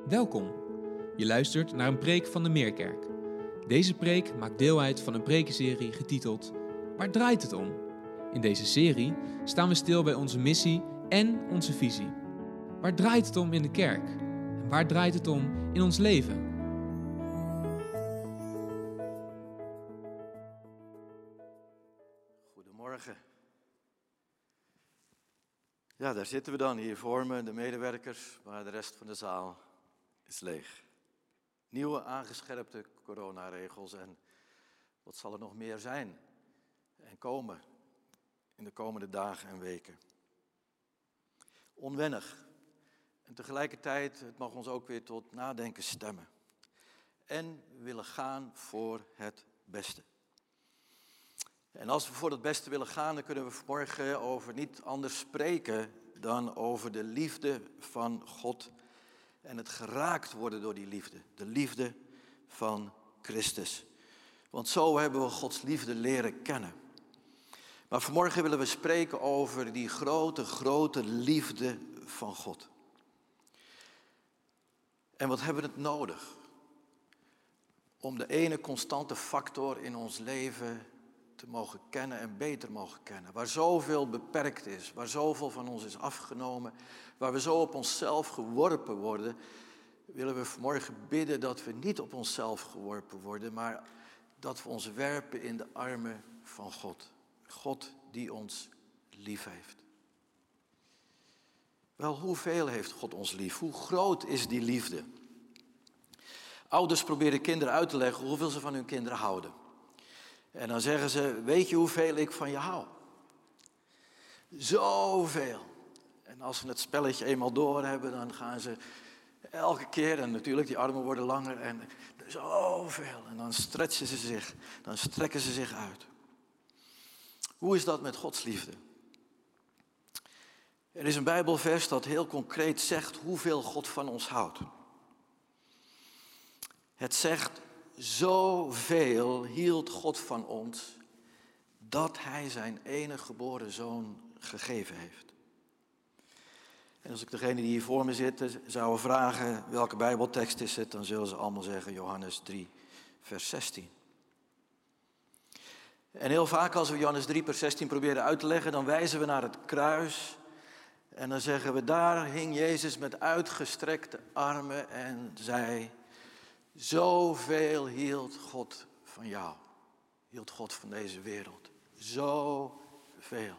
Welkom. Je luistert naar een preek van de Meerkerk. Deze preek maakt deel uit van een prekenserie getiteld Waar draait het om? In deze serie staan we stil bij onze missie en onze visie. Waar draait het om in de kerk? En waar draait het om in ons leven? Goedemorgen. Ja, daar zitten we dan hier voor me, de medewerkers, maar de rest van de zaal is leeg. Nieuwe aangescherpte coronaregels en wat zal er nog meer zijn en komen in de komende dagen en weken. Onwennig en tegelijkertijd, het mag ons ook weer tot nadenken stemmen. En we willen gaan voor het beste. En als we voor het beste willen gaan, dan kunnen we vanmorgen over niet anders spreken dan over de liefde van God en het geraakt worden door die liefde. De liefde van Christus. Want zo hebben we Gods liefde leren kennen. Maar vanmorgen willen we spreken over die grote liefde van God. En wat hebben we het nodig om de ene constante factor in ons leven te mogen kennen en beter mogen kennen. Waar zoveel beperkt is, waar zoveel van ons is afgenomen, waar we zo op onszelf geworpen worden, willen we vanmorgen bidden dat we niet op onszelf geworpen worden, maar dat we ons werpen in de armen van God. God die ons lief heeft. Wel, hoeveel heeft God ons lief? Hoe groot is die liefde? Ouders proberen kinderen uit te leggen hoeveel ze van hun kinderen houden. En dan zeggen ze, weet je hoeveel ik van je hou? Zoveel. En als ze het spelletje eenmaal door hebben, dan gaan ze elke keer, en natuurlijk die armen worden langer, en zoveel. En dan strekken ze zich uit. Hoe is dat met Gods liefde? Er is een Bijbelvers dat heel concreet zegt hoeveel God van ons houdt. Het zegt, zoveel hield God van ons, dat Hij zijn enige geboren Zoon gegeven heeft. En als ik degene die hier voor me zitten zou vragen, welke Bijbeltekst is het, dan zullen ze allemaal zeggen Johannes 3, vers 16. En heel vaak als we Johannes 3, vers 16 proberen uit te leggen, dan wijzen we naar het kruis. En dan zeggen we, daar hing Jezus met uitgestrekte armen en zei, zoveel hield God van jou. Hield God van deze wereld. Zoveel.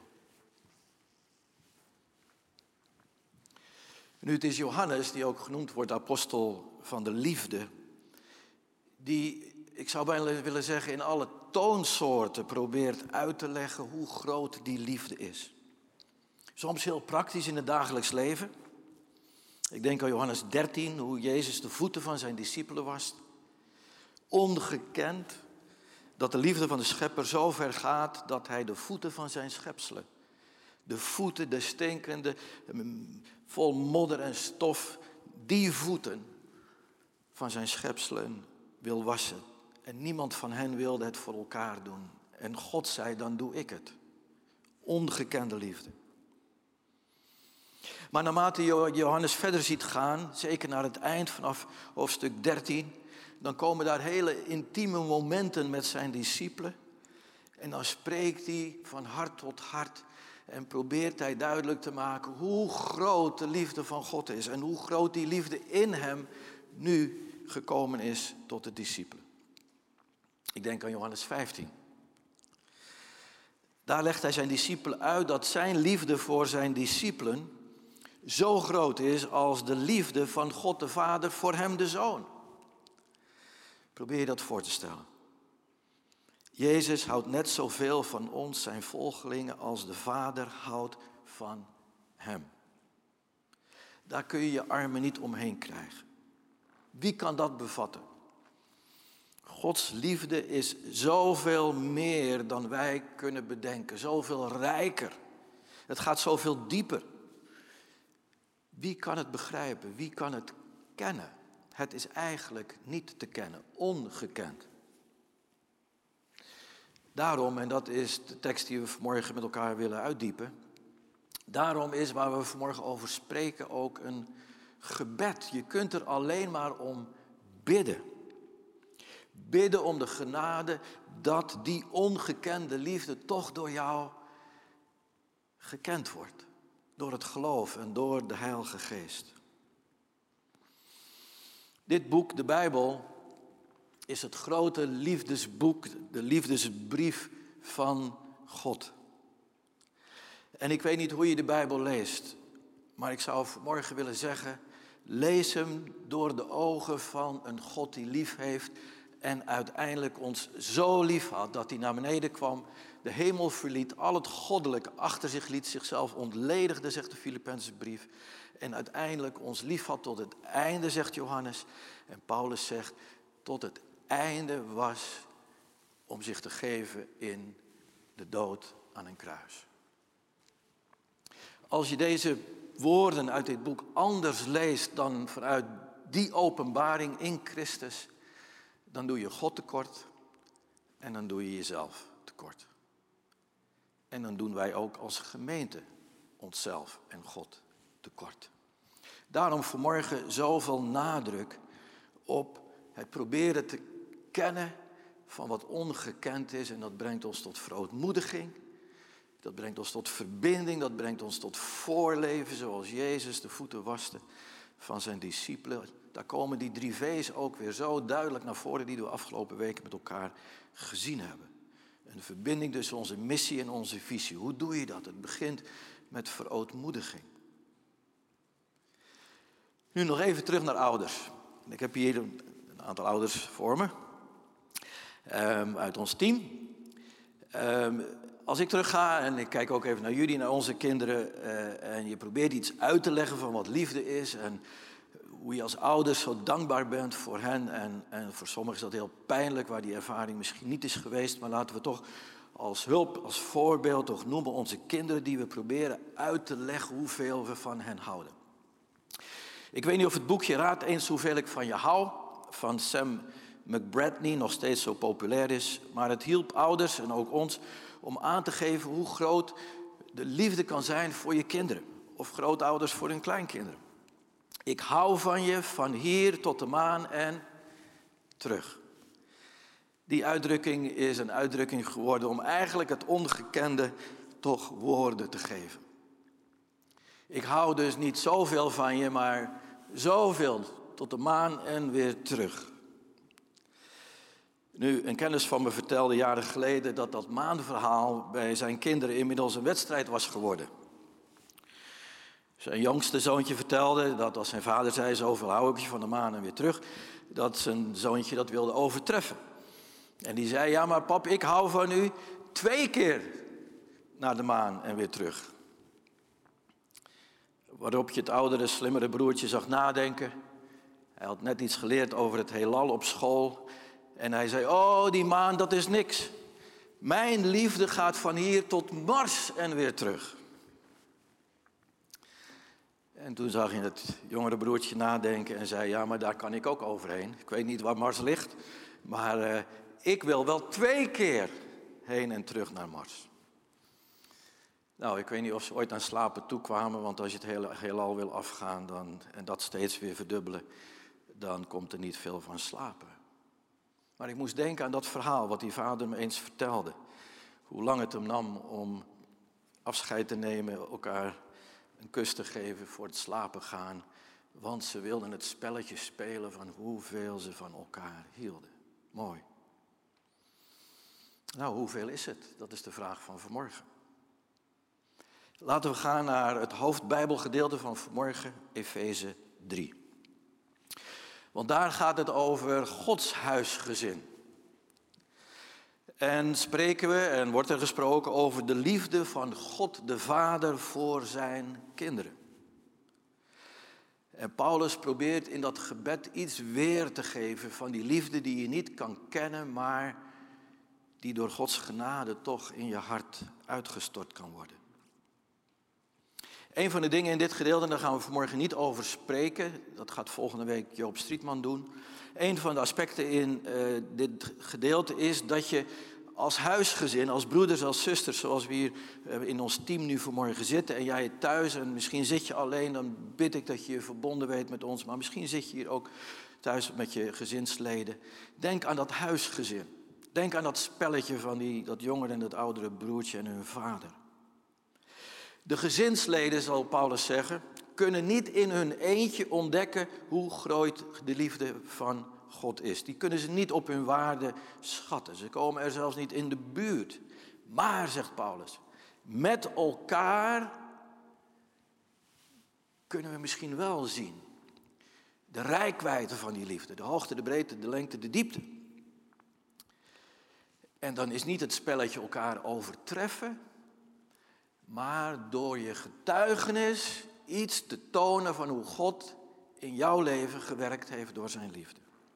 Nu, het is Johannes, die ook genoemd wordt apostel van de liefde, die, ik zou bijna willen zeggen, in alle toonsoorten probeert uit te leggen hoe groot die liefde is. Soms heel praktisch in het dagelijks leven. Ik denk aan Johannes 13, hoe Jezus de voeten van zijn discipelen wast. Ongekend dat de liefde van de schepper zo ver gaat dat hij de voeten van zijn schepselen, de voeten, de stinkende, vol modder en stof, die voeten van zijn schepselen wil wassen. En niemand van hen wilde het voor elkaar doen. En God zei, dan doe ik het. Ongekende liefde. Maar naarmate Johannes verder ziet gaan, zeker naar het eind vanaf hoofdstuk 13, dan komen daar hele intieme momenten met zijn discipelen. En dan spreekt hij van hart tot hart en probeert hij duidelijk te maken hoe groot de liefde van God is. En hoe groot die liefde in hem nu gekomen is tot de discipelen. Ik denk aan Johannes 15. Daar legt hij zijn discipelen uit dat zijn liefde voor zijn discipelen zo groot is als de liefde van God de Vader voor hem de Zoon. Probeer je dat voor te stellen. Jezus houdt net zoveel van ons, zijn volgelingen, als de Vader houdt van hem. Daar kun je je armen niet omheen krijgen. Wie kan dat bevatten? Gods liefde is zoveel meer dan wij kunnen bedenken. Zoveel rijker. Het gaat zoveel dieper. Wie kan het begrijpen? Wie kan het kennen? Het is eigenlijk niet te kennen, ongekend. Daarom, en dat is de tekst die we vanmorgen met elkaar willen uitdiepen. Daarom is waar we vanmorgen over spreken ook een gebed. Je kunt er alleen maar om bidden. Bidden om de genade dat die ongekende liefde toch door jou gekend wordt. Door het geloof en door de Heilige Geest. Dit boek, de Bijbel, is het grote liefdesboek, de liefdesbrief van God. En ik weet niet hoe je de Bijbel leest, maar ik zou vanmorgen willen zeggen, lees hem door de ogen van een God die lief heeft en uiteindelijk ons zo lief had dat hij naar beneden kwam, de hemel verliet, al het goddelijke achter zich liet, zichzelf ontledigde, zegt de Filippense brief, en uiteindelijk ons lief had tot het einde, zegt Johannes. En Paulus zegt, tot het einde was om zich te geven in de dood aan een kruis. Als je deze woorden uit dit boek anders leest dan vanuit die openbaring in Christus, dan doe je God tekort en dan doe je jezelf tekort. En dan doen wij ook als gemeente onszelf en God tekort. Daarom vanmorgen zoveel nadruk op het proberen te kennen van wat ongekend is. En dat brengt ons tot verootmoediging. Dat brengt ons tot verbinding. Dat brengt ons tot voorleven zoals Jezus de voeten waste van zijn discipelen. Daar komen die 3 V's ook weer zo duidelijk naar voren die we de afgelopen weken met elkaar gezien hebben. Een verbinding tussen onze missie en onze visie. Hoe doe je dat? Het begint met verootmoediging. Nu nog even terug naar ouders. Ik heb hier een aantal ouders voor me. Uit ons team. Als ik terug ga en ik kijk ook even naar jullie, naar onze kinderen. En je probeert iets uit te leggen van wat liefde is. En hoe je als ouders zo dankbaar bent voor hen. En voor sommigen is dat heel pijnlijk, waar die ervaring misschien niet is geweest. Maar laten we toch als hulp, als voorbeeld toch noemen onze kinderen die we proberen uit te leggen hoeveel we van hen houden. Ik weet niet of het boekje Raad eens hoeveel ik van je hou, van Sam McBratney, nog steeds zo populair is. Maar het hielp ouders en ook ons om aan te geven hoe groot de liefde kan zijn voor je kinderen. Of grootouders voor hun kleinkinderen. Ik hou van je van hier tot de maan en terug. Die uitdrukking is een uitdrukking geworden om eigenlijk het ongekende toch woorden te geven. Ik hou dus niet zoveel van je, maar zoveel tot de maan en weer terug. Nu, een kennis van me vertelde jaren geleden dat dat maanverhaal bij zijn kinderen inmiddels een wedstrijd was geworden. Zijn jongste zoontje vertelde dat als zijn vader zei, zoveel hou ik je van de maan en weer terug, dat zijn zoontje dat wilde overtreffen. En die zei, ja maar pap, ik hou van u 2 keer naar de maan en weer terug. Waarop je het oudere, slimmere broertje zag nadenken. Hij had net iets geleerd over het heelal op school. En hij zei, oh die maan, dat is niks. Mijn liefde gaat van hier tot Mars en weer terug. En toen zag je het jongere broertje nadenken en zei, ja maar daar kan ik ook overheen. Ik weet niet waar Mars ligt, maar ik wil wel 2 keer heen en terug naar Mars. Nou, ik weet niet of ze ooit aan slapen toekwamen, want als je het heelal wil afgaan en dat steeds weer verdubbelen, dan komt er niet veel van slapen. Maar ik moest denken aan dat verhaal wat die vader me eens vertelde. Hoe lang het hem nam om afscheid te nemen, elkaar een kus te geven voor het slapen gaan. Want ze wilden het spelletje spelen van hoeveel ze van elkaar hielden. Mooi. Nou, hoeveel is het? Dat is de vraag van vanmorgen. Laten we gaan naar het hoofdbijbelgedeelte van vanmorgen, Efeze 3. Want daar gaat het over Gods huisgezin. En spreken we en wordt er gesproken over de liefde van God de Vader voor zijn kinderen. En Paulus probeert in dat gebed iets weer te geven van die liefde die je niet kan kennen, maar die door Gods genade toch in je hart uitgestort kan worden. Een van de dingen in dit gedeelte, daar gaan we vanmorgen niet over spreken. Dat gaat volgende week Joop Strietman doen. Een van de aspecten in dit gedeelte is dat je, als huisgezin, als broeders, als zusters, zoals we hier in ons team nu vanmorgen zitten en jij thuis en misschien zit je alleen, dan bid ik dat je je verbonden weet met ons, maar misschien zit je hier ook thuis met je gezinsleden. Denk aan dat huisgezin. Denk aan dat spelletje van dat jongere en dat oudere broertje en hun vader. De gezinsleden, zal Paulus zeggen, kunnen niet in hun eentje ontdekken hoe groot de liefde van God is. Die kunnen ze niet op hun waarde schatten. Ze komen er zelfs niet in de buurt. Maar, zegt Paulus, met elkaar kunnen we misschien wel zien de reikwijdte van die liefde. De hoogte, de breedte, de lengte, de diepte. En dan is niet het spelletje elkaar overtreffen, maar door je getuigenis iets te tonen van hoe God in jouw leven gewerkt heeft door zijn liefde.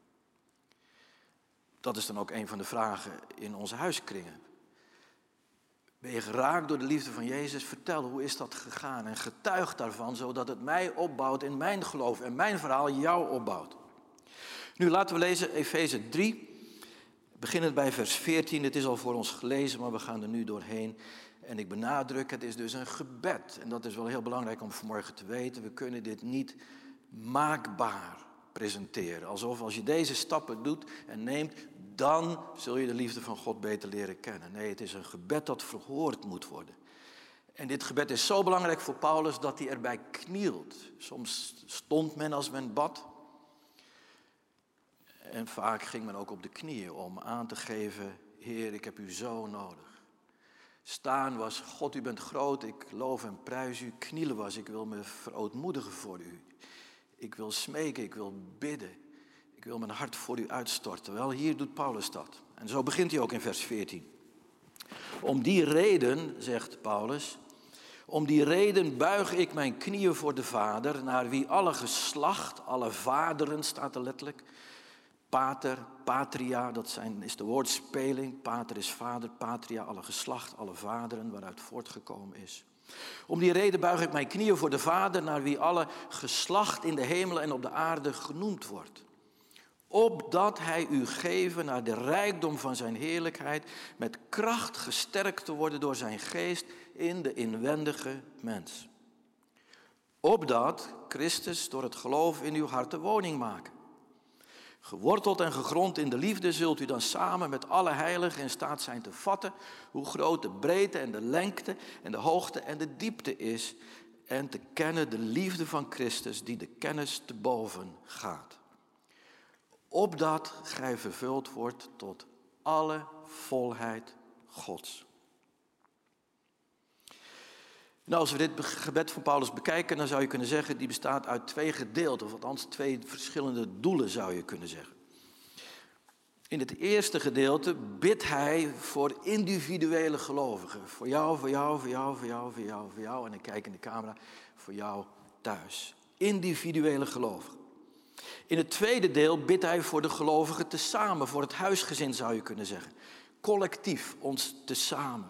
Dat is dan ook een van de vragen in onze huiskringen. Ben je geraakt door de liefde van Jezus? Vertel, hoe is dat gegaan? En getuig daarvan, zodat het mij opbouwt in mijn geloof en mijn verhaal jou opbouwt. Nu laten we lezen Efeze 3, beginnend bij vers 14. Het is al voor ons gelezen, maar we gaan er nu doorheen. En ik benadruk, het is dus een gebed. En dat is wel heel belangrijk om vanmorgen te weten. We kunnen dit niet maakbaar presenteren. Alsof als je deze stappen doet en neemt, dan zul je de liefde van God beter leren kennen. Nee, het is een gebed dat verhoord moet worden. En dit gebed is zo belangrijk voor Paulus dat hij erbij knielt. Soms stond men als men bad. En vaak ging men ook op de knieën om aan te geven, Heer, ik heb u zo nodig. Staan was, God, u bent groot, ik loof en prijs u. Knielen was, ik wil me verootmoedigen voor u. Ik wil smeken, ik wil bidden. Ik wil mijn hart voor u uitstorten. Wel, hier doet Paulus dat. En zo begint hij ook in vers 14. Om die reden, zegt Paulus, om die reden buig ik mijn knieën voor de Vader, naar wie alle geslacht, alle vaderen, staat er letterlijk. Pater, patria, is de woordspeling. Pater is vader, patria, alle geslacht, alle vaderen, waaruit voortgekomen is. Om die reden buig ik mijn knieën voor de Vader, naar wie alle geslacht in de hemel en op de aarde genoemd wordt. Opdat hij u geven naar de rijkdom van zijn heerlijkheid, met kracht gesterkt te worden door zijn geest in de inwendige mens. Opdat Christus door het geloof in uw harten woning maakt. Geworteld en gegrond in de liefde zult u dan samen met alle heiligen in staat zijn te vatten hoe groot de breedte en de lengte en de hoogte en de diepte is en te kennen de liefde van Christus die de kennis te boven gaat. Opdat gij vervuld wordt tot alle volheid Gods. Nou, als we dit gebed van Paulus bekijken, dan zou je kunnen zeggen, die bestaat uit 2 gedeelten, of althans 2 verschillende doelen zou je kunnen zeggen. In het eerste gedeelte bidt hij voor individuele gelovigen. Voor jou, voor jou, voor jou, voor jou, voor jou, voor jou. En ik kijk in de camera, voor jou thuis. Individuele gelovigen. In het tweede deel bidt hij voor de gelovigen tezamen, voor het huisgezin zou je kunnen zeggen. Collectief, ons tezamen.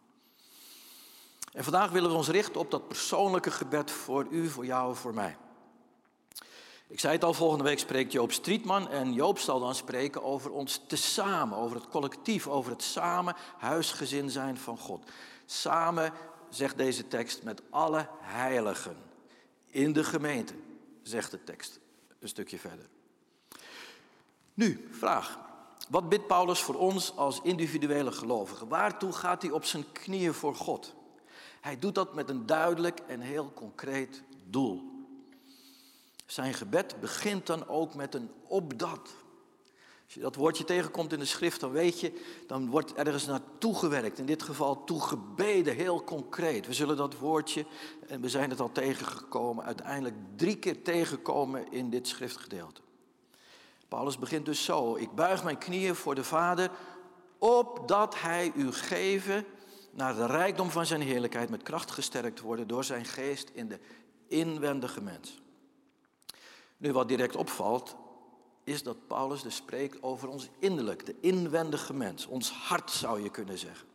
En vandaag willen we ons richten op dat persoonlijke gebed voor u, voor jou, voor mij. Ik zei het al, volgende week spreekt Joop Strietman en Joop zal dan spreken over ons tezamen, over het collectief, over het samen huisgezin zijn van God. Samen, zegt deze tekst, met alle heiligen in de gemeente, zegt de tekst een stukje verder. Nu, vraag. Wat bidt Paulus voor ons als individuele gelovigen? Waartoe gaat hij op zijn knieën voor God? Hij doet dat met een duidelijk en heel concreet doel. Zijn gebed begint dan ook met een opdat. Als je dat woordje tegenkomt in de schrift, dan weet je, dan wordt ergens naartoe gewerkt. In dit geval toegebeden, heel concreet. We zullen dat woordje, en we zijn het al tegengekomen, uiteindelijk 3 keer tegenkomen in dit schriftgedeelte. Paulus begint dus zo. Ik buig mijn knieën voor de Vader, opdat hij u geven naar de rijkdom van zijn heerlijkheid, met kracht gesterkt worden door zijn geest in de inwendige mens. Nu, wat direct opvalt, is dat Paulus dus spreekt over ons innerlijk, de inwendige mens, ons hart zou je kunnen zeggen.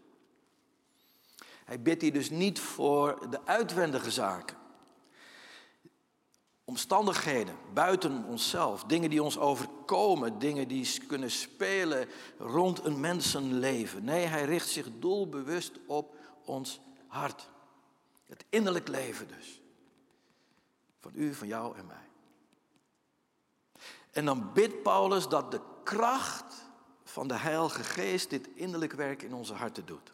Hij bidt hier dus niet voor de uitwendige zaken. omstandigheden buiten onszelf, dingen die ons overkomen, dingen die kunnen spelen rond een mensenleven. Nee, hij richt zich doelbewust op ons hart. Het innerlijk leven dus. Van u, van jou en mij. En dan bidt Paulus dat de kracht van de Heilige Geest dit innerlijk werk in onze harten doet.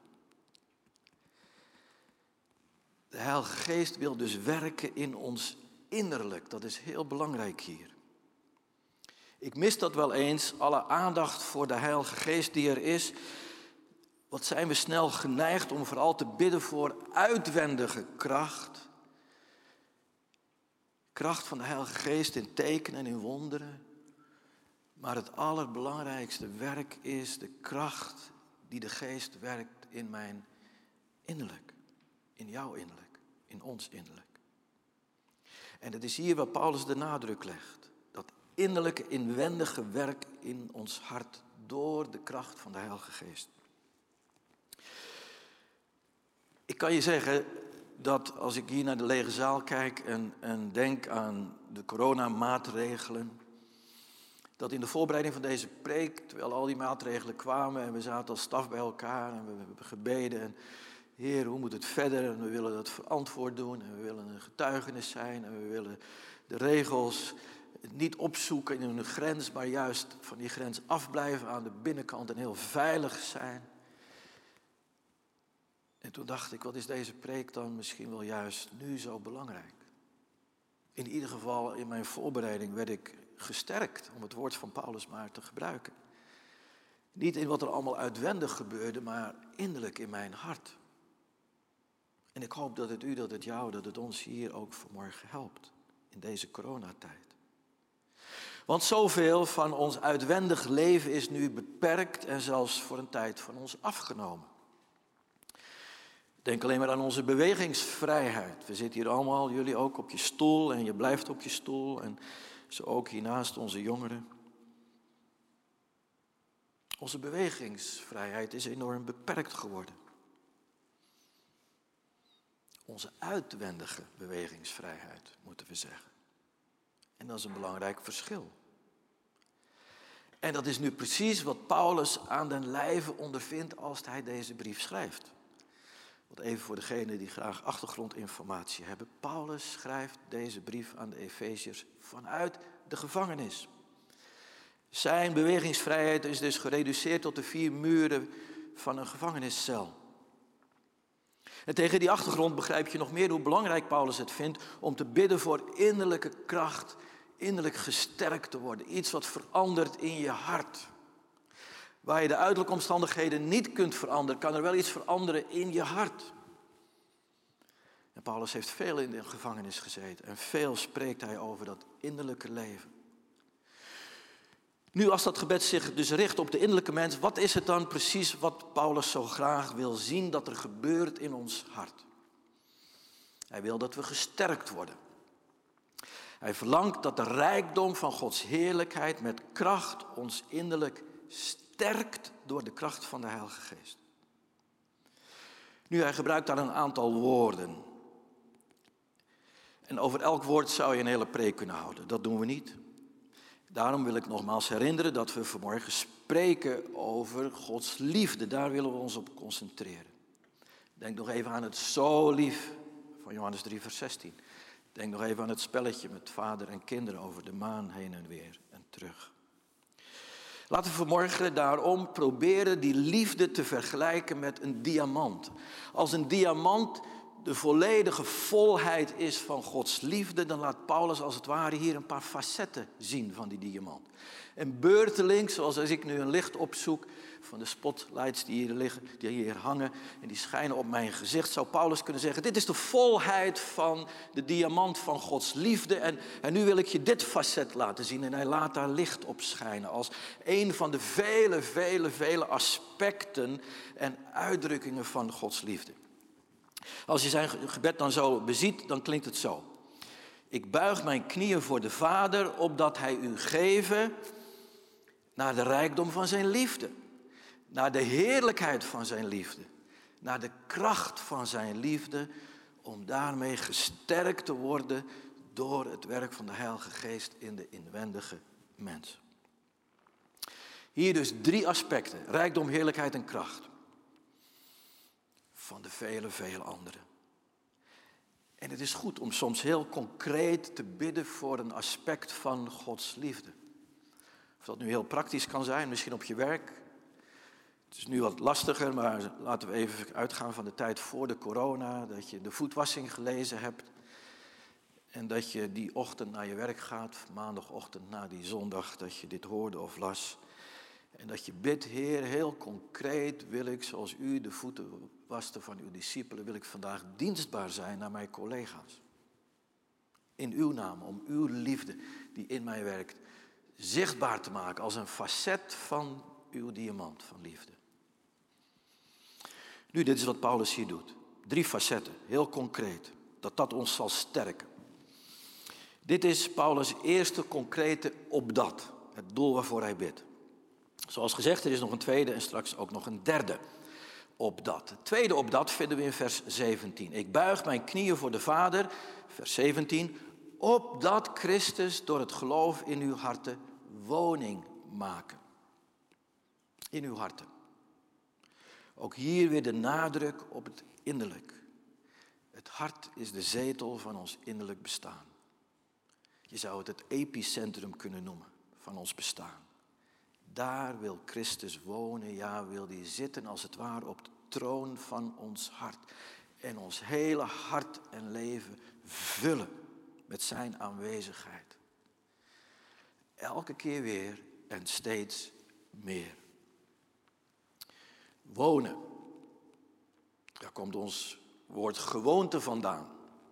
De Heilige Geest wil dus werken in ons innerlijk. Dat is heel belangrijk hier. Ik mis dat wel eens, alle aandacht voor de Heilige Geest die er is. Wat zijn we snel geneigd om vooral te bidden voor uitwendige kracht. Kracht van de Heilige Geest in tekenen en in wonderen. Maar het allerbelangrijkste werk is de kracht die de Geest werkt in mijn innerlijk. In jouw innerlijk, in ons innerlijk. En het is hier waar Paulus de nadruk legt. Dat innerlijke, inwendige werk in ons hart door de kracht van de Heilige Geest. Ik kan je zeggen dat als ik hier naar de lege zaal kijk en denk aan de coronamaatregelen, dat in de voorbereiding van deze preek, terwijl al die maatregelen kwamen en we zaten als staf bij elkaar en we hebben gebeden en Heer, hoe moet het verder? En we willen dat verantwoord doen en we willen een getuigenis zijn en we willen de regels niet opzoeken in hun grens, maar juist van die grens afblijven aan de binnenkant en heel veilig zijn. En toen dacht ik, wat is deze preek dan misschien wel juist nu zo belangrijk? In ieder geval in mijn voorbereiding werd ik gesterkt om het woord van Paulus maar te gebruiken. Niet in wat er allemaal uitwendig gebeurde, maar innerlijk in mijn hart. En ik hoop dat het u, dat het jou, dat het ons hier ook vanmorgen helpt. In deze coronatijd. Want zoveel van ons uitwendig leven is nu beperkt en zelfs voor een tijd van ons afgenomen. Denk alleen maar aan onze bewegingsvrijheid. We zitten hier allemaal, jullie ook, op je stoel en je blijft op je stoel. En zo ook hiernaast onze jongeren. Onze bewegingsvrijheid is enorm beperkt geworden. Onze uitwendige bewegingsvrijheid, moeten we zeggen. En dat is een belangrijk verschil. En dat is nu precies wat Paulus aan den lijve ondervindt als hij deze brief schrijft. Wat even voor degenen die graag achtergrondinformatie hebben. Paulus schrijft deze brief aan de Efeziërs vanuit de gevangenis. Zijn bewegingsvrijheid is dus gereduceerd tot de 4 muren van een gevangeniscel. En tegen die achtergrond begrijp je nog meer hoe belangrijk Paulus het vindt om te bidden voor innerlijke kracht, innerlijk gesterkt te worden. Iets wat verandert in je hart. Waar je de uiterlijke omstandigheden niet kunt veranderen, kan er wel iets veranderen in je hart. En Paulus heeft veel in de gevangenis gezeten en veel spreekt hij over dat innerlijke leven. Nu, als dat gebed zich dus richt op de innerlijke mens, wat is het dan precies wat Paulus zo graag wil zien dat er gebeurt in ons hart? Hij wil dat we gesterkt worden. Hij verlangt dat de rijkdom van Gods heerlijkheid met kracht ons innerlijk sterkt door de kracht van de Heilige Geest. Nu, hij gebruikt daar een aantal woorden. En over elk woord zou je een hele preek kunnen houden. Dat doen we niet. Daarom wil ik nogmaals herinneren dat we vanmorgen spreken over Gods liefde. Daar willen we ons op concentreren. Denk nog even aan het zo lief van Johannes 3 vers 16. Denk nog even aan het spelletje met vader en kinderen over de maan heen en weer en terug. Laten we vanmorgen daarom proberen die liefde te vergelijken met een diamant. Als een diamant de volledige volheid is van Gods liefde, dan laat Paulus als het ware hier een paar facetten zien van die diamant. En beurtelings, zoals als ik nu een licht opzoek van de spotlights die hier liggen, die hier hangen en die schijnen op mijn gezicht, zou Paulus kunnen zeggen, dit is de volheid van de diamant van Gods liefde en nu wil ik je dit facet laten zien. En hij laat daar licht op schijnen als een van de vele aspecten en uitdrukkingen van Gods liefde. Als je zijn gebed dan zo beziet, dan klinkt het zo. Ik buig mijn knieën voor de Vader, opdat hij u geven naar de rijkdom van zijn liefde. Naar de heerlijkheid van zijn liefde. Naar de kracht van zijn liefde, om daarmee gesterkt te worden door het werk van de Heilige Geest in de inwendige mens. Hier dus 3 aspecten, rijkdom, heerlijkheid en kracht. Van de vele andere. En het is goed om soms heel concreet te bidden voor een aspect van Gods liefde. Of dat nu heel praktisch kan zijn, misschien op je werk. Het is nu wat lastiger, maar laten we even uitgaan van de tijd voor de corona. Dat je de voetwassing gelezen hebt. En dat je die ochtend naar je werk gaat, maandagochtend na die zondag, dat je dit hoorde of las. En dat je bidt, Heer, heel concreet wil ik, zoals u de voeten waste van uw discipelen, wil ik vandaag dienstbaar zijn naar mijn collega's. In uw naam, om uw liefde die in mij werkt, zichtbaar te maken als een facet van uw diamant van liefde. Nu, dit is wat Paulus hier doet. 3 facetten, heel concreet, dat ons zal sterken. Dit is Paulus' eerste concrete opdat, het doel waarvoor hij bidt. Zoals gezegd, er is nog een tweede en straks ook nog een derde opdat. Het tweede opdat vinden we in vers 17. Ik buig mijn knieën voor de Vader, vers 17, opdat Christus door het geloof in uw harten woning maken. In uw harten. Ook hier weer de nadruk op het innerlijk. Het hart is de zetel van ons innerlijk bestaan. Je zou het epicentrum kunnen noemen van ons bestaan. Daar wil Christus wonen, ja, wil hij zitten als het ware op de troon van ons hart. En ons hele hart en leven vullen met zijn aanwezigheid. Elke keer weer en steeds meer. Wonen, daar komt ons woord gewoonte vandaan.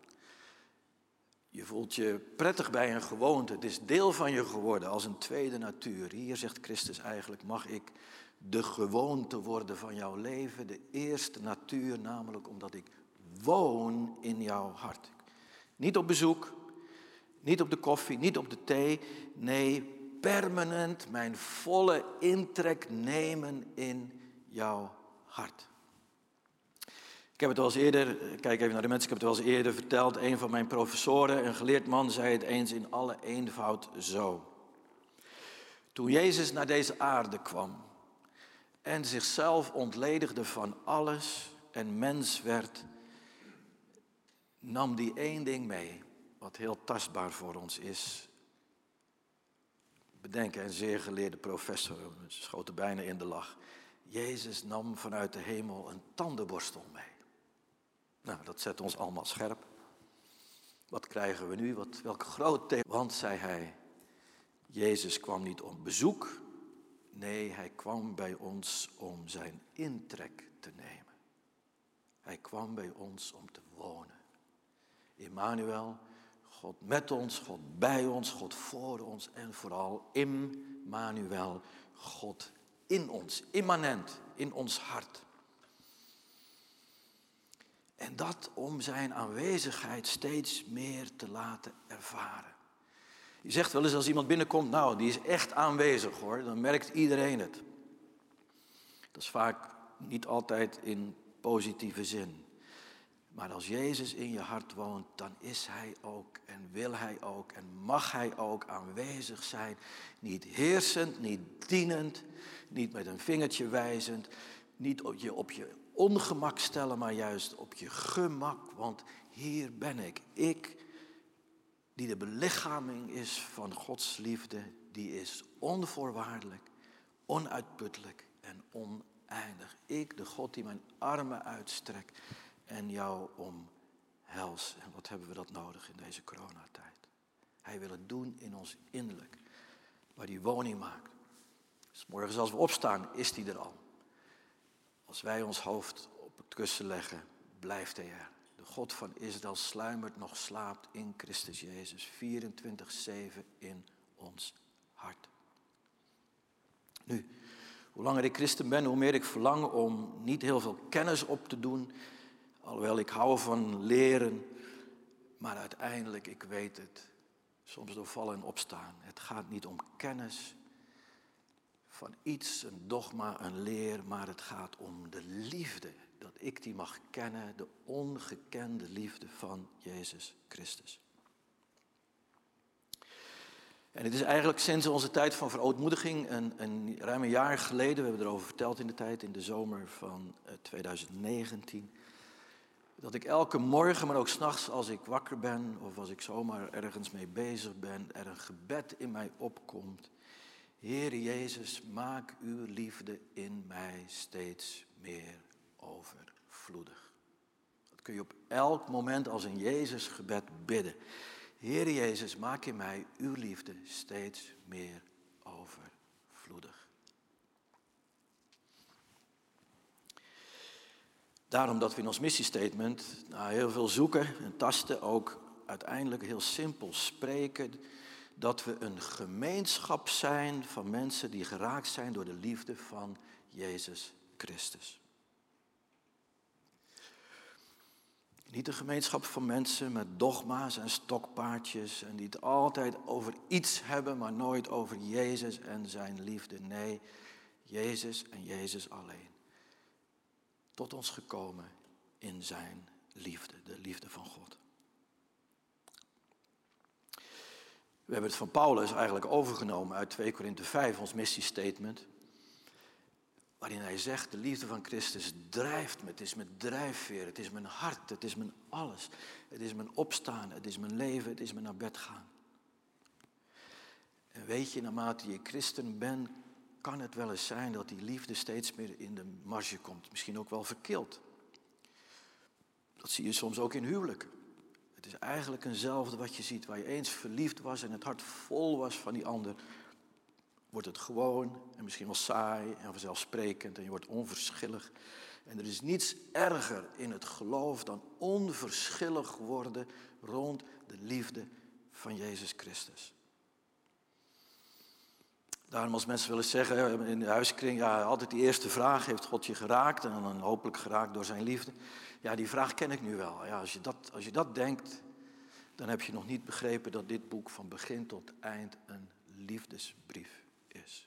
Je voelt je prettig bij een gewoonte. Het is deel van je geworden als een tweede natuur. Hier zegt Christus eigenlijk, mag ik de gewoonte worden van jouw leven. De eerste natuur, namelijk omdat ik woon in jouw hart. Niet op bezoek, niet op de koffie, niet op de thee. Nee, permanent mijn volle intrek nemen in jouw hart. Ik heb het wel eens eerder, kijk even naar de mensen, ik heb het wel eens eerder verteld. Een van mijn professoren, een geleerd man, zei het eens in alle eenvoud zo. Toen Jezus naar deze aarde kwam en zichzelf ontledigde van alles en mens werd, nam die 1 ding mee, wat heel tastbaar voor ons is. Bedenk, een zeer geleerde professor, schoot er bijna in de lach. Jezus nam vanuit de hemel een tandenborstel mee. Nou, dat zet ons allemaal scherp. Wat krijgen we nu? Welk groot thema? Want, zei hij, Jezus kwam niet om bezoek. Nee, hij kwam bij ons om zijn intrek te nemen. Hij kwam bij ons om te wonen. Immanuel, God met ons, God bij ons, God voor ons en vooral Immanuel, God in ons, immanent, in ons hart. En dat om zijn aanwezigheid steeds meer te laten ervaren. Je zegt wel eens als iemand binnenkomt, nou die is echt aanwezig hoor, dan merkt iedereen het. Dat is vaak niet altijd in positieve zin. Maar als Jezus in je hart woont, dan is hij ook en wil hij ook en mag hij ook aanwezig zijn. Niet heersend, niet dienend, niet met een vingertje wijzend, niet op je ongemak stellen, maar juist op je gemak. Want hier ben ik. Ik, die de belichaming is van Gods liefde, die is onvoorwaardelijk, onuitputtelijk en oneindig. Ik, de God die mijn armen uitstrekt en jou omhels. En wat hebben we dat nodig in deze coronatijd? Hij wil het doen in ons innerlijk, waar hij woning maakt. Dus morgens als we opstaan, is hij er al. Als wij ons hoofd op het kussen leggen, blijft hij er. De God van Israël sluimert nog slaapt in Christus Jezus, 24/7 in ons hart. Nu, hoe langer ik christen ben, hoe meer ik verlang om niet heel veel kennis op te doen. Alhoewel ik hou van leren, maar uiteindelijk, ik weet het, soms door vallen en opstaan. Het gaat niet om kennis van iets, een dogma, een leer, maar het gaat om de liefde. Dat ik die mag kennen, de ongekende liefde van Jezus Christus. En het is eigenlijk sinds onze tijd van verootmoediging, ruim een jaar geleden, we hebben erover verteld in de tijd, in de zomer van 2019, dat ik elke morgen, maar ook 's nachts als ik wakker ben of als ik zomaar ergens mee bezig ben, er een gebed in mij opkomt. Heer Jezus, maak uw liefde in mij steeds meer overvloedig. Dat kun je op elk moment als een Jezusgebed bidden. Heer Jezus, maak in mij uw liefde steeds meer overvloedig. Daarom dat we in ons missiestatement heel veel zoeken en tasten, ook uiteindelijk heel simpel spreken, dat we een gemeenschap zijn van mensen die geraakt zijn door de liefde van Jezus Christus. Niet een gemeenschap van mensen met dogma's en stokpaardjes en die het altijd over iets hebben, maar nooit over Jezus en zijn liefde. Nee, Jezus en Jezus alleen. Tot ons gekomen in zijn liefde, de liefde van God. We hebben het van Paulus eigenlijk overgenomen uit 2 Korinthe 5, ons missiestatement. Waarin hij zegt, de liefde van Christus drijft me, het is mijn drijfveer, het is mijn hart, het is mijn alles. Het is mijn opstaan, het is mijn leven, het is mijn naar bed gaan. En weet je, naarmate je christen bent, kan het wel eens zijn dat die liefde steeds meer in de marge komt. Misschien ook wel verkild. Dat zie je soms ook in huwelijken. Het is eigenlijk eenzelfde wat je ziet. Waar je eens verliefd was en het hart vol was van die ander, wordt het gewoon en misschien wel saai en vanzelfsprekend en je wordt onverschillig. En er is niets erger in het geloof dan onverschillig worden rond de liefde van Jezus Christus. Daarom als mensen willen zeggen in de huiskring, ja, altijd die eerste vraag, heeft God je geraakt? En dan hopelijk geraakt door zijn liefde. Ja, die vraag ken ik nu wel. Ja, als je dat denkt, dan heb je nog niet begrepen dat dit boek van begin tot eind een liefdesbrief is.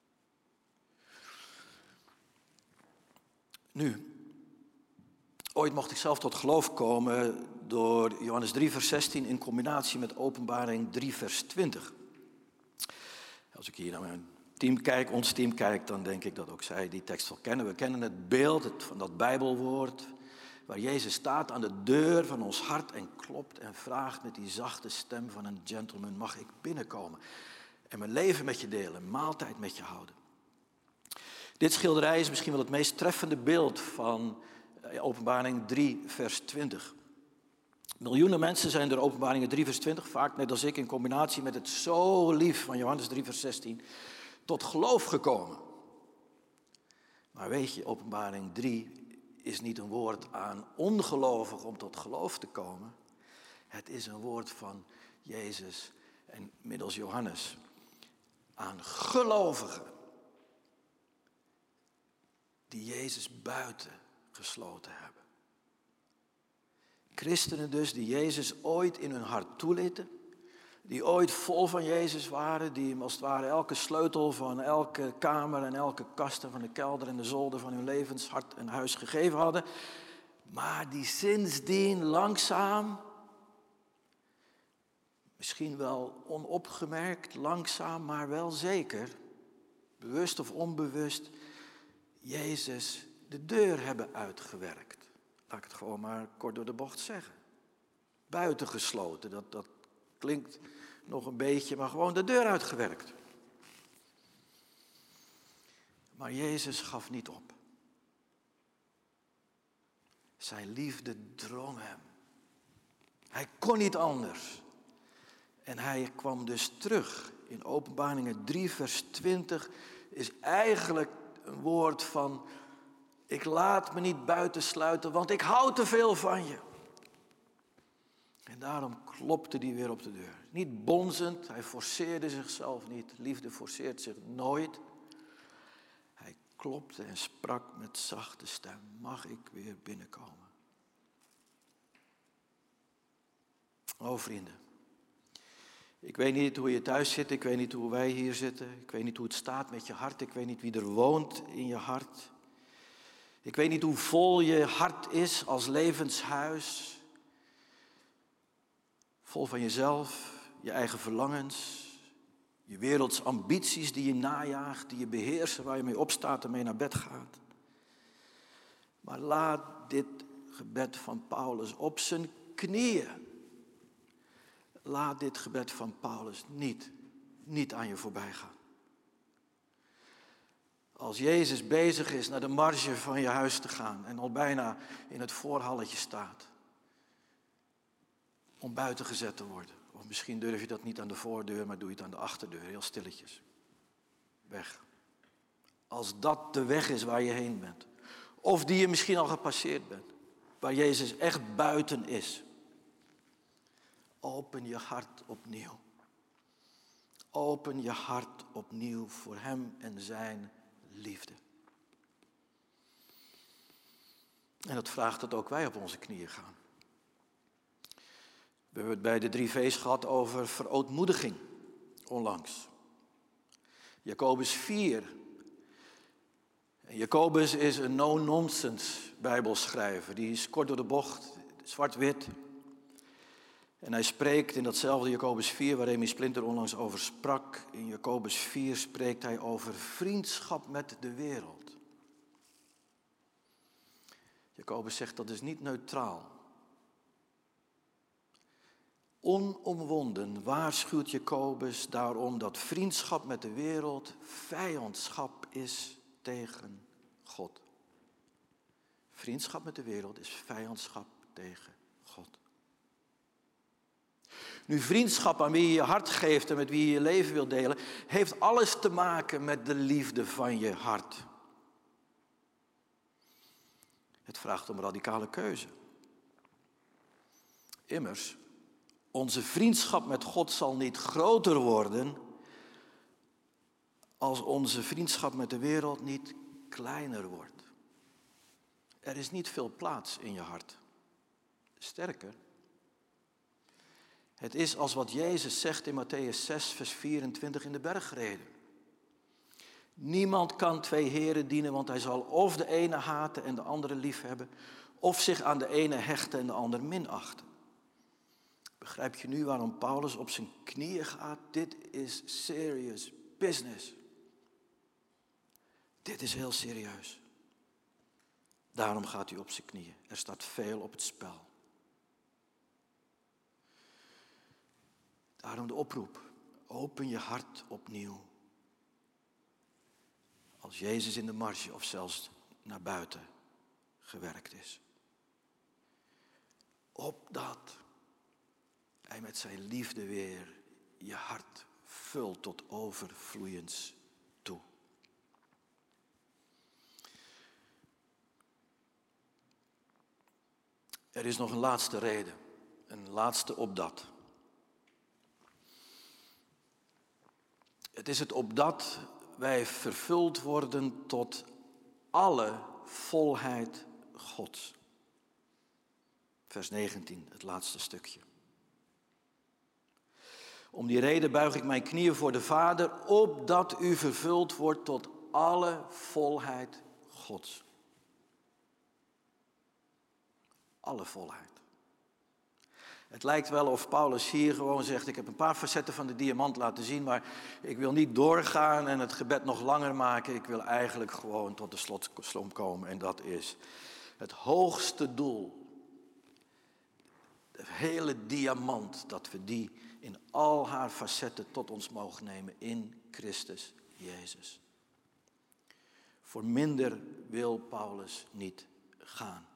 Nu, ooit mocht ik zelf tot geloof komen door Johannes 3 vers 16 in combinatie met Openbaring 3 vers 20. Als ik hier naar mijn team kijk, ons team kijkt, dan denk ik dat ook zij die tekst wel kennen. We kennen het beeld van dat Bijbelwoord, waar Jezus staat aan de deur van ons hart en klopt en vraagt met die zachte stem van een gentleman, mag ik binnenkomen en mijn leven met je delen, een maaltijd met je houden. Dit schilderij is misschien wel het meest treffende beeld van Openbaring 3 vers 20. Miljoenen mensen zijn door Openbaringen 3 vers 20, vaak net als ik in combinatie met het zo lief van Johannes 3 vers 16, tot geloof gekomen. Maar weet je, Openbaring 3 is niet een woord aan ongelovigen om tot geloof te komen. Het is een woord van Jezus en middels Johannes aan gelovigen die Jezus buiten gesloten hebben. Christenen dus die Jezus ooit in hun hart toelieten, die ooit vol van Jezus waren, die hem als het ware elke sleutel van elke kamer en elke kast en van de kelder en de zolder van hun levenshart en huis gegeven hadden, maar die sindsdien langzaam, misschien wel onopgemerkt, langzaam, maar wel zeker, bewust of onbewust, Jezus de deur hebben uitgewerkt. Laat ik het gewoon maar kort door de bocht zeggen. Buitengesloten, dat klinkt nog een beetje, maar gewoon de deur uitgewerkt. Maar Jezus gaf niet op. Zijn liefde drong hem. Hij kon niet anders. En hij kwam dus terug. In Openbaringen 3 vers 20 is eigenlijk een woord van: ik laat me niet buitensluiten, want ik hou te veel van je. En daarom klopte hij weer op de deur. Niet bonzend, hij forceerde zichzelf niet. Liefde forceert zich nooit. Hij klopte en sprak met zachte stem: mag ik weer binnenkomen? O vrienden, ik weet niet hoe je thuis zit, ik weet niet hoe wij hier zitten. Ik weet niet hoe het staat met je hart, ik weet niet wie er woont in je hart. Ik weet niet hoe vol je hart is als levenshuis. Vol van jezelf, je eigen verlangens, Je werelds ambities die je najaagt, die je beheersen, waar je mee opstaat en mee naar bed gaat. Maar laat dit gebed van Paulus op zijn knieën. Laat dit gebed van Paulus niet aan je voorbij gaan. Als Jezus bezig is naar de marge van je huis te gaan en al bijna in het voorhalletje staat om buiten gezet te worden. Of misschien durf je dat niet aan de voordeur, maar doe je het aan de achterdeur, heel stilletjes. Weg. Als dat de weg is waar je heen bent. Of die je misschien al gepasseerd bent. Waar Jezus echt buiten is. Open je hart opnieuw. Open je hart opnieuw voor Hem en Zijn liefde. En dat vraagt dat ook wij op onze knieën gaan. We hebben het bij de 3 V's gehad over verootmoediging onlangs. Jacobus 4. En Jacobus is een no-nonsense bijbelschrijver. Die is kort door de bocht, zwart-wit. En hij spreekt in datzelfde Jacobus 4 waar Remy Splinter onlangs over sprak. In Jacobus 4 spreekt hij over vriendschap met de wereld. Jacobus zegt dat is niet neutraal. Onomwonden waarschuwt Jacobus daarom dat vriendschap met de wereld vijandschap is tegen God. Vriendschap met de wereld is vijandschap tegen God. Nu, vriendschap aan wie je je hart geeft en met wie je je leven wilt delen, heeft alles te maken met de liefde van je hart. Het vraagt om radicale keuze. Immers, onze vriendschap met God zal niet groter worden als onze vriendschap met de wereld niet kleiner wordt. Er is niet veel plaats in je hart. Sterker, het is als wat Jezus zegt in Mattheüs 6, vers 24 in de bergreden. Niemand kan 2 heren dienen, want hij zal of de ene haten en de andere liefhebben, of zich aan de ene hechten en de ander minachten. Begrijp je nu waarom Paulus op zijn knieën gaat? Dit is serious business. Dit is heel serieus. Daarom gaat hij op zijn knieën. Er staat veel op het spel. Daarom de oproep. Open je hart opnieuw. Als Jezus in de marge of zelfs naar buiten gewerkt is. Opdat Hij met zijn liefde weer je hart vult tot overvloeiens toe. Er is nog een laatste reden. Een laatste opdat. Het is het opdat wij vervuld worden tot alle volheid Gods. Vers 19, het laatste stukje. Om die reden buig ik mijn knieën voor de Vader, opdat u vervuld wordt tot alle volheid Gods. Alle volheid. Het lijkt wel of Paulus hier gewoon zegt, ik heb een paar facetten van de diamant laten zien, maar ik wil niet doorgaan en het gebed nog langer maken. Ik wil eigenlijk gewoon tot de slotsom komen en dat is het hoogste doel. De hele diamant, dat we die in al haar facetten tot ons mogen nemen in Christus Jezus. Voor minder wil Paulus niet gaan.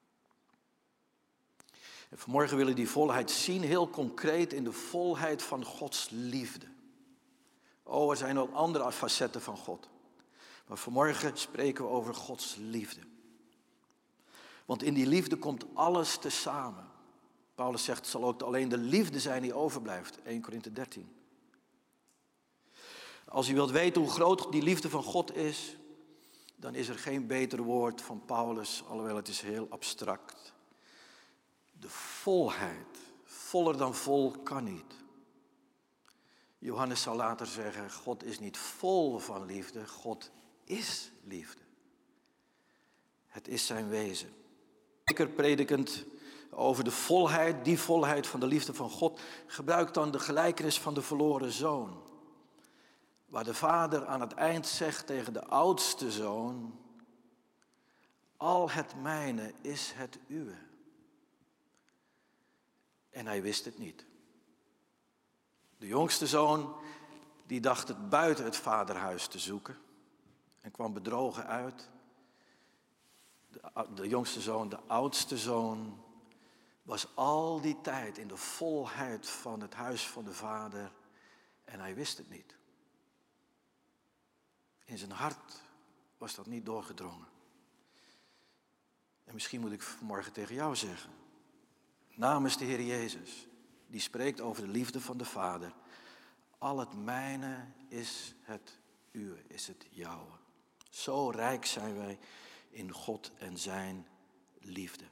En vanmorgen willen we die volheid zien, heel concreet in de volheid van Gods liefde. Oh, er zijn ook andere facetten van God. Maar vanmorgen spreken we over Gods liefde. Want in die liefde komt alles tezamen. Paulus zegt, het zal ook alleen de liefde zijn die overblijft. 1 Korinthe 13. Als u wilt weten hoe groot die liefde van God is, dan is er geen beter woord van Paulus, alhoewel het is heel abstract. De volheid, voller dan vol kan niet. Johannes zal later zeggen, God is niet vol van liefde, God is liefde. Het is zijn wezen. Zeker predikend over de volheid, die volheid van de liefde van God, gebruikt dan de gelijkenis van de verloren zoon. waar de vader aan het eind zegt tegen de oudste zoon: al het mijne is het uwe. En hij wist het niet. De jongste zoon, die dacht het buiten het vaderhuis te zoeken en kwam bedrogen uit. De jongste zoon, de oudste zoon, was al die tijd in de volheid van het huis van de vader en hij wist het niet. In zijn hart was dat niet doorgedrongen. En misschien moet ik vanmorgen tegen jou zeggen, namens de Heer Jezus, die spreekt over de liefde van de Vader. Al het mijne is het uwe, is het jouwe. Zo rijk zijn wij in God en zijn liefde.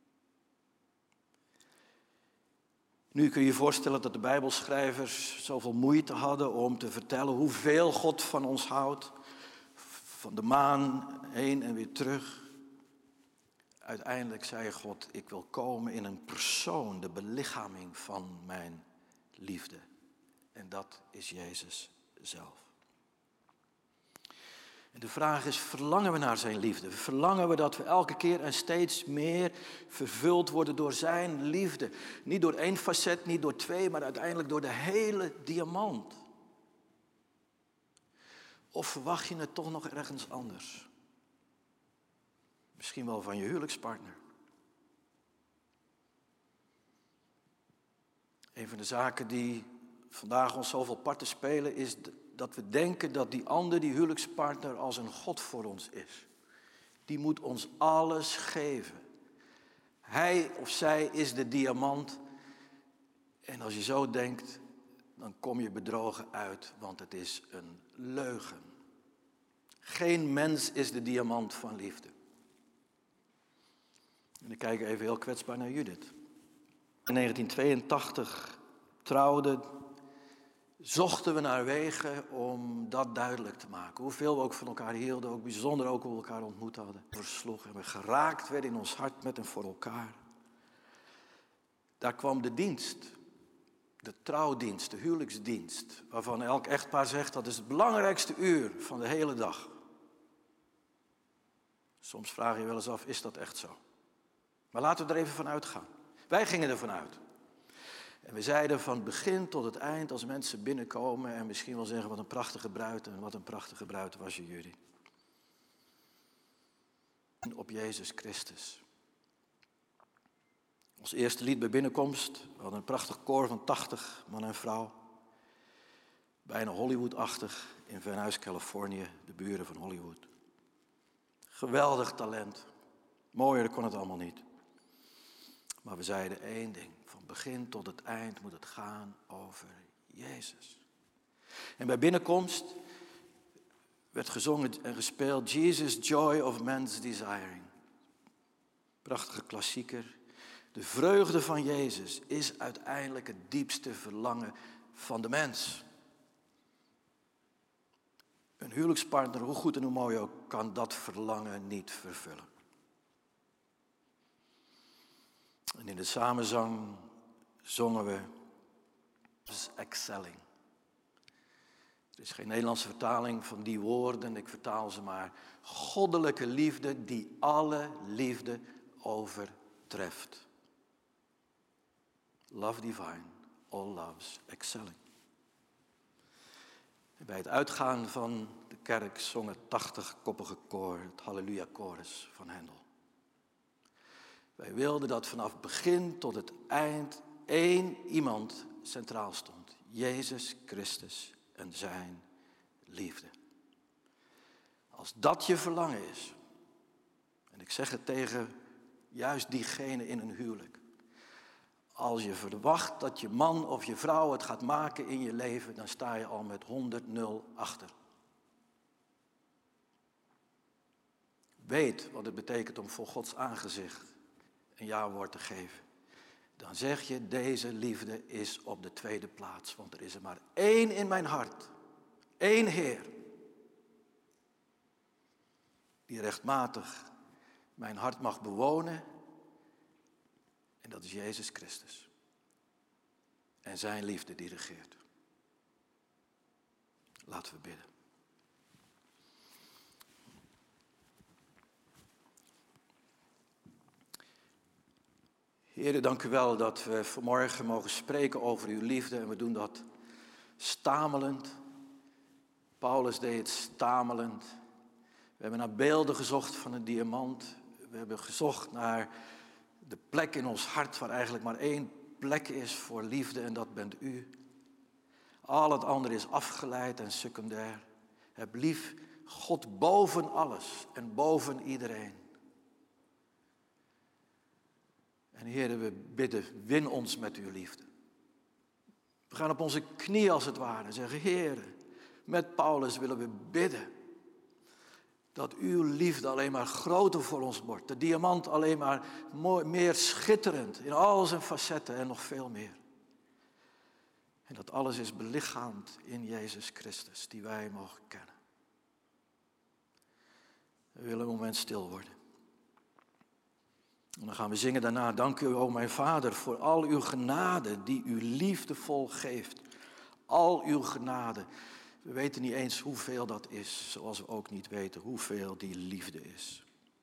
Nu kun je je voorstellen dat de Bijbelschrijvers zoveel moeite hadden om te vertellen hoeveel God van ons houdt. Van de maan heen en weer terug. Uiteindelijk zei God, ik wil komen in een persoon, de belichaming van mijn liefde. En dat is Jezus zelf. En de vraag is, verlangen we naar zijn liefde? Verlangen we dat we elke keer en steeds meer vervuld worden door zijn liefde? Niet door één facet, niet door twee, maar uiteindelijk door de hele diamant. Of verwacht je het toch nog ergens anders? Misschien wel van je huwelijkspartner. Een van de zaken die vandaag ons zoveel parten spelen is dat we denken dat die ander, die huwelijkspartner, als een God voor ons is. Die moet ons alles geven. Hij of zij is de diamant. En als je zo denkt, dan kom je bedrogen uit, want het is een leugen. Geen mens is de diamant van liefde. En ik kijk even heel kwetsbaar naar Judith. In 1982 zochten we naar wegen om dat duidelijk te maken. Hoeveel we ook van elkaar hielden, ook bijzonder ook hoe we elkaar ontmoet hadden. Versloegen en we geraakt werden in ons hart met en voor elkaar. Daar kwam de dienst, de trouwdienst, de huwelijksdienst. Waarvan elk echtpaar zegt dat is het belangrijkste uur van de hele dag. Soms vraag je wel eens af, is dat echt zo? Maar laten we er even van uitgaan. Wij gingen ervan uit. En we zeiden van begin tot het eind, als mensen binnenkomen en misschien wel zeggen wat een prachtige bruid en wat een prachtige bruid was je jullie. En op Jezus Christus. Ons eerste lied bij binnenkomst, we hadden een prachtig koor van 80 man en vrouw. Bijna Hollywood-achtig in Van Nuys, Californië, de buren van Hollywood. Geweldig talent. Mooier kon het allemaal niet. Maar we zeiden één ding. Van begin tot het eind moet het gaan over Jezus. En bij binnenkomst werd gezongen en gespeeld Jesus, Joy of Man's Desiring. Prachtige klassieker. De vreugde van Jezus is uiteindelijk het diepste verlangen van de mens. Een huwelijkspartner, hoe goed en hoe mooi ook, kan dat verlangen niet vervullen. En in de samenzang zongen we excelling. Er is geen Nederlandse vertaling van die woorden, ik vertaal ze maar. Goddelijke liefde die alle liefde overtreft. Love divine, all loves excelling. En bij het uitgaan van de kerk zong het 80-koppige koor, het Halleluja-chorus van Hendel. Wij wilden dat vanaf begin tot het eind één iemand centraal stond. Jezus Christus en zijn liefde. Als dat je verlangen is, en ik zeg het tegen juist diegene in een huwelijk. Als je verwacht dat je man of je vrouw het gaat maken in je leven, dan sta je al met 100-0 achter. Weet wat het betekent om voor Gods aangezicht een ja-woord te geven. Dan zeg je, deze liefde is op de tweede plaats. Want er is er maar één in mijn hart. Eén Heer. Die rechtmatig mijn hart mag bewonen. En dat is Jezus Christus. En zijn liefde die regeert. Laten we bidden. Heere, dank u wel dat we vanmorgen mogen spreken over uw liefde. En we doen dat stamelend. Paulus deed het stamelend. We hebben naar beelden gezocht van een diamant. We hebben gezocht naar de plek in ons hart waar eigenlijk maar één plek is voor liefde en dat bent u. Al het andere is afgeleid en secundair. Heb lief God boven alles en boven iedereen. En Heer, we bidden, win ons met uw liefde. We gaan op onze knieën als het ware en zeggen, Heer, met Paulus willen we bidden. Dat uw liefde alleen maar groter voor ons wordt. De diamant alleen maar meer schitterend in al zijn facetten en nog veel meer. En dat alles is belichaamd in Jezus Christus, die wij mogen kennen. We willen een moment stil worden. En dan gaan we zingen daarna. Dank u, o mijn Vader, voor al uw genade die u liefdevol geeft. Al uw genade. We weten niet eens hoeveel dat is, zoals we ook niet weten hoeveel die liefde is.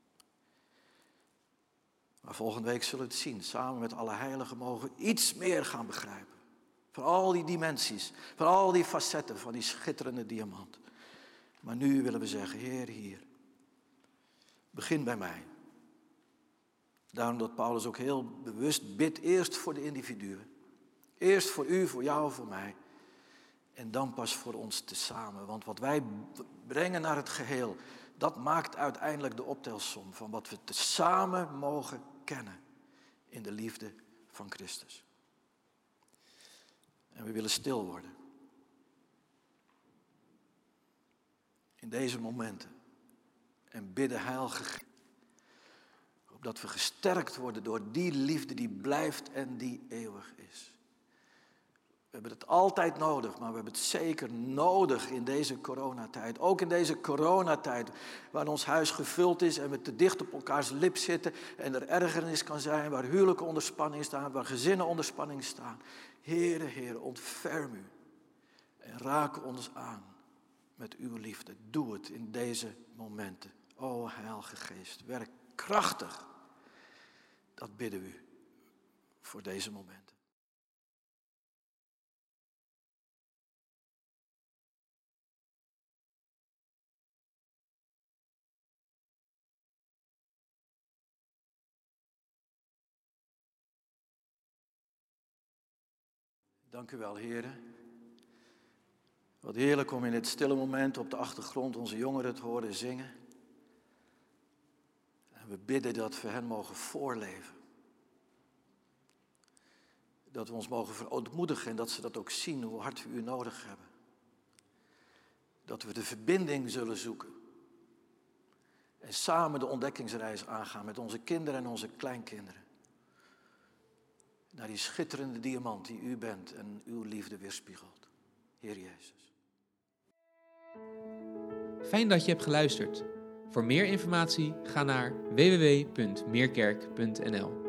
Maar volgende week zullen we het zien. Samen met alle heiligen mogen we iets meer gaan begrijpen. Van al die dimensies, van al die facetten van die schitterende diamant. Maar nu willen we zeggen, Heer, hier. Begin bij mij. Daarom dat Paulus ook heel bewust bidt, eerst voor de individuen. Eerst voor u, voor jou, voor mij. En dan pas voor ons tezamen. Want wat wij brengen naar het geheel, dat maakt uiteindelijk de optelsom van wat we tezamen mogen kennen in de liefde van Christus. En we willen stil worden. In deze momenten. En bidden, Heilige Geest. Opdat we gesterkt worden door die liefde die blijft en die eeuwig is. We hebben het altijd nodig, maar we hebben het zeker nodig in deze coronatijd. Ook in deze coronatijd, waar ons huis gevuld is en we te dicht op elkaars lip zitten en er ergernis kan zijn, waar huwelijken onder spanning staan, waar gezinnen onder spanning staan. Heere, Heere, ontferm u en raak ons aan met uw liefde. Doe het in deze momenten. O Heilige Geest, werk krachtig. Dat bidden we u voor deze momenten. Dank u wel, heren. Wat heerlijk om in dit stille moment op de achtergrond onze jongeren te horen zingen. En we bidden dat we hen mogen voorleven. Dat we ons mogen verootmoedigen en dat ze dat ook zien, hoe hard we u nodig hebben. Dat we de verbinding zullen zoeken. En samen de ontdekkingsreis aangaan met onze kinderen en onze kleinkinderen. Naar die schitterende diamant die u bent en uw liefde weerspiegelt. Heer Jezus. Fijn dat je hebt geluisterd. Voor meer informatie ga naar www.meerkerk.nl.